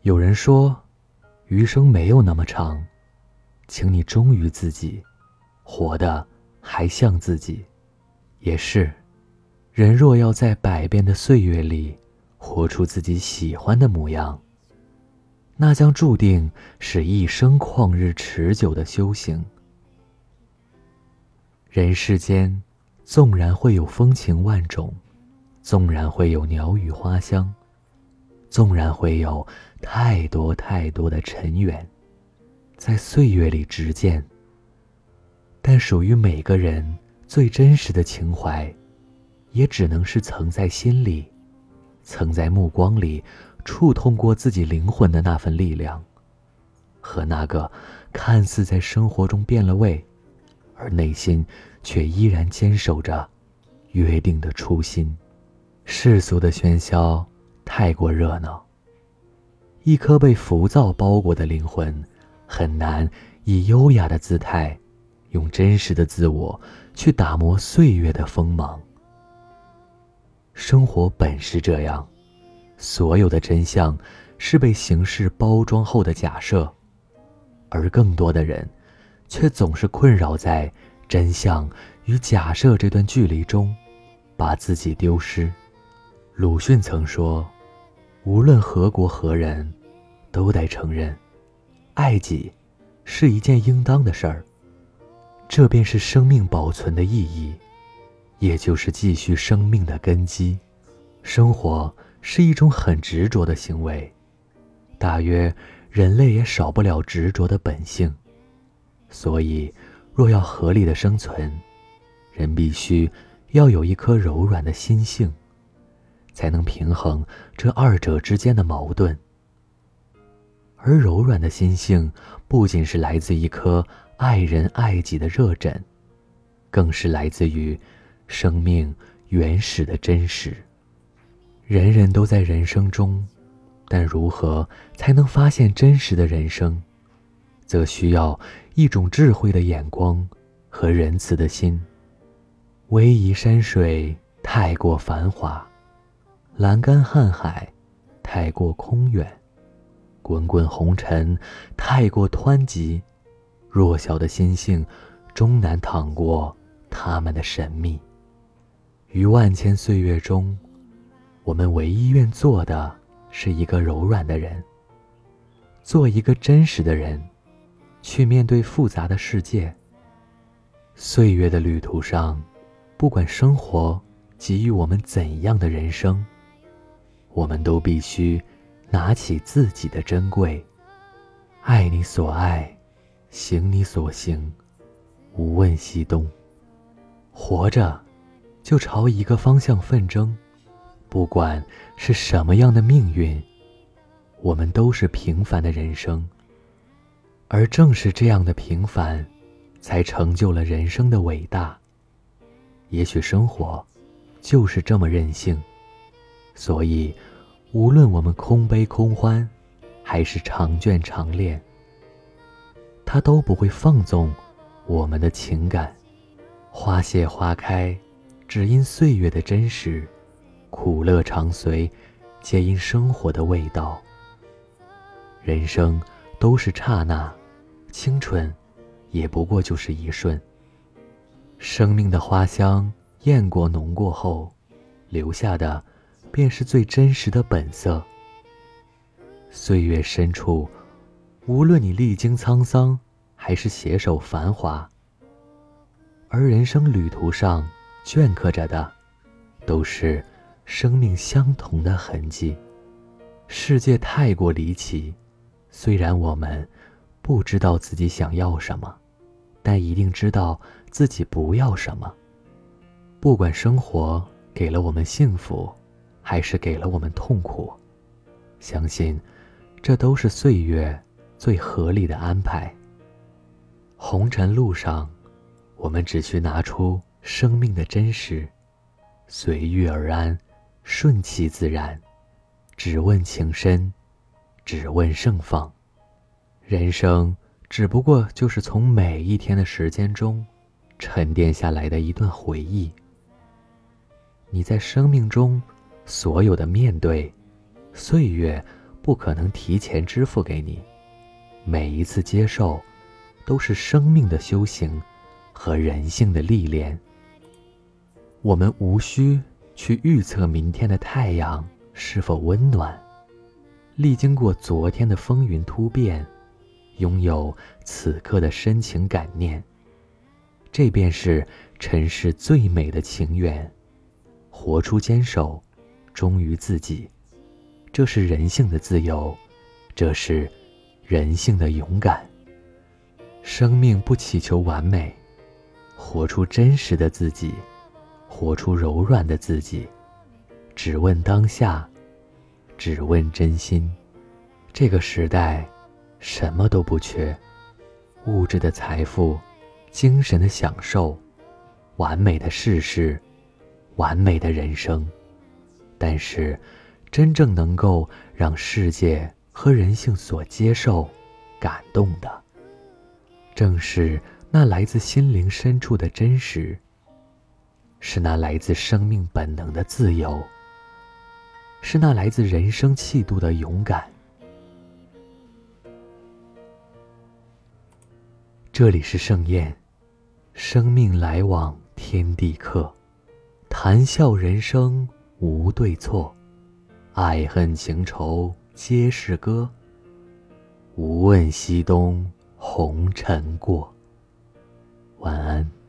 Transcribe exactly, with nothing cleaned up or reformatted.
有人说，余生没有那么长，请你忠于自己，活得还像自己。也是，人若要在百变的岁月里活出自己喜欢的模样，那将注定是一生旷日持久的修行。人世间纵然会有风情万种，纵然会有鸟语花香，纵然会有太多太多的尘缘在岁月里直见，但属于每个人最真实的情怀，也只能是曾在心里，曾在目光里触痛过自己灵魂的那份力量，和那个看似在生活中变了味，而内心却依然坚守着约定的初心。世俗的喧嚣太过热闹，一颗被浮躁包裹的灵魂很难以优雅的姿态，用真实的自我去打磨岁月的锋芒。生活本是这样，所有的真相是被形式包装后的假设，而更多的人却总是困扰在真相与假设这段距离中，把自己丢失。鲁迅曾说，无论何国何人，都得承认，爱己是一件应当的事儿。这便是生命保存的意义，也就是继续生命的根基。生活是一种很执着的行为，大约人类也少不了执着的本性。所以若要合理的生存，人必须要有一颗柔软的心性，才能平衡这二者之间的矛盾。而柔软的心性不仅是来自一颗爱人爱己的热忱，更是来自于生命原始的真实。人人都在人生中，但如何才能发现真实的人生，则需要一种智慧的眼光和仁慈的心。逶迤山水太过繁华，栏杆瀚海太过空远，滚滚红尘太过湍急，弱小的心性终难淌过他们的神秘。于万千岁月中，我们唯一愿做的是一个柔软的人，做一个真实的人，去面对复杂的世界。岁月的旅途上，不管生活给予我们怎样的人生，我们都必须拿起自己的珍贵，爱你所爱，行你所行，无问西东。活着就朝一个方向奋争，不管是什么样的命运，我们都是平凡的人生。而正是这样的平凡，才成就了人生的伟大。也许生活就是这么任性，所以无论我们空悲空欢，还是长卷长恋，它都不会放纵我们的情感。花谢花开，只因岁月的真实；苦乐常随，皆因生活的味道。人生都是刹那，青春也不过就是一瞬。生命的花香艳过浓过后，留下的便是最真实的本色。岁月深处，无论你历经沧桑，还是携手繁华，而人生旅途上镌刻着的，都是生命相同的痕迹。世界太过离奇，虽然我们不知道自己想要什么，但一定知道自己不要什么。不管生活给了我们幸福，还是给了我们痛苦，相信这都是岁月最合理的安排。红尘路上，我们只需拿出生命的真实，随遇而安，顺其自然，只问情深，只问盛放。人生只不过就是从每一天的时间中沉淀下来的一段回忆。你在生命中所有的面对，岁月不可能提前支付给你。每一次接受，都是生命的修行和人性的历练。我们无需去预测明天的太阳是否温暖，历经过昨天的风云突变，拥有此刻的深情感念，这便是尘世最美的情缘。活出坚守，忠于自己，这是人性的自由，这是人性的勇敢。生命不祈求完美，活出真实的自己，活出柔软的自己，只问当下，只问真心。这个时代什么都不缺，物质的财富，精神的享受，完美的世事，完美的人生。但是真正能够让世界和人性所接受感动的，正是那来自心灵深处的真实，是那来自生命本能的自由，是那来自人生气度的勇敢。这里是盛宴，生命来往天地客，谈笑人生无对错，爱恨情仇皆是歌，无问西东红尘过。晚安。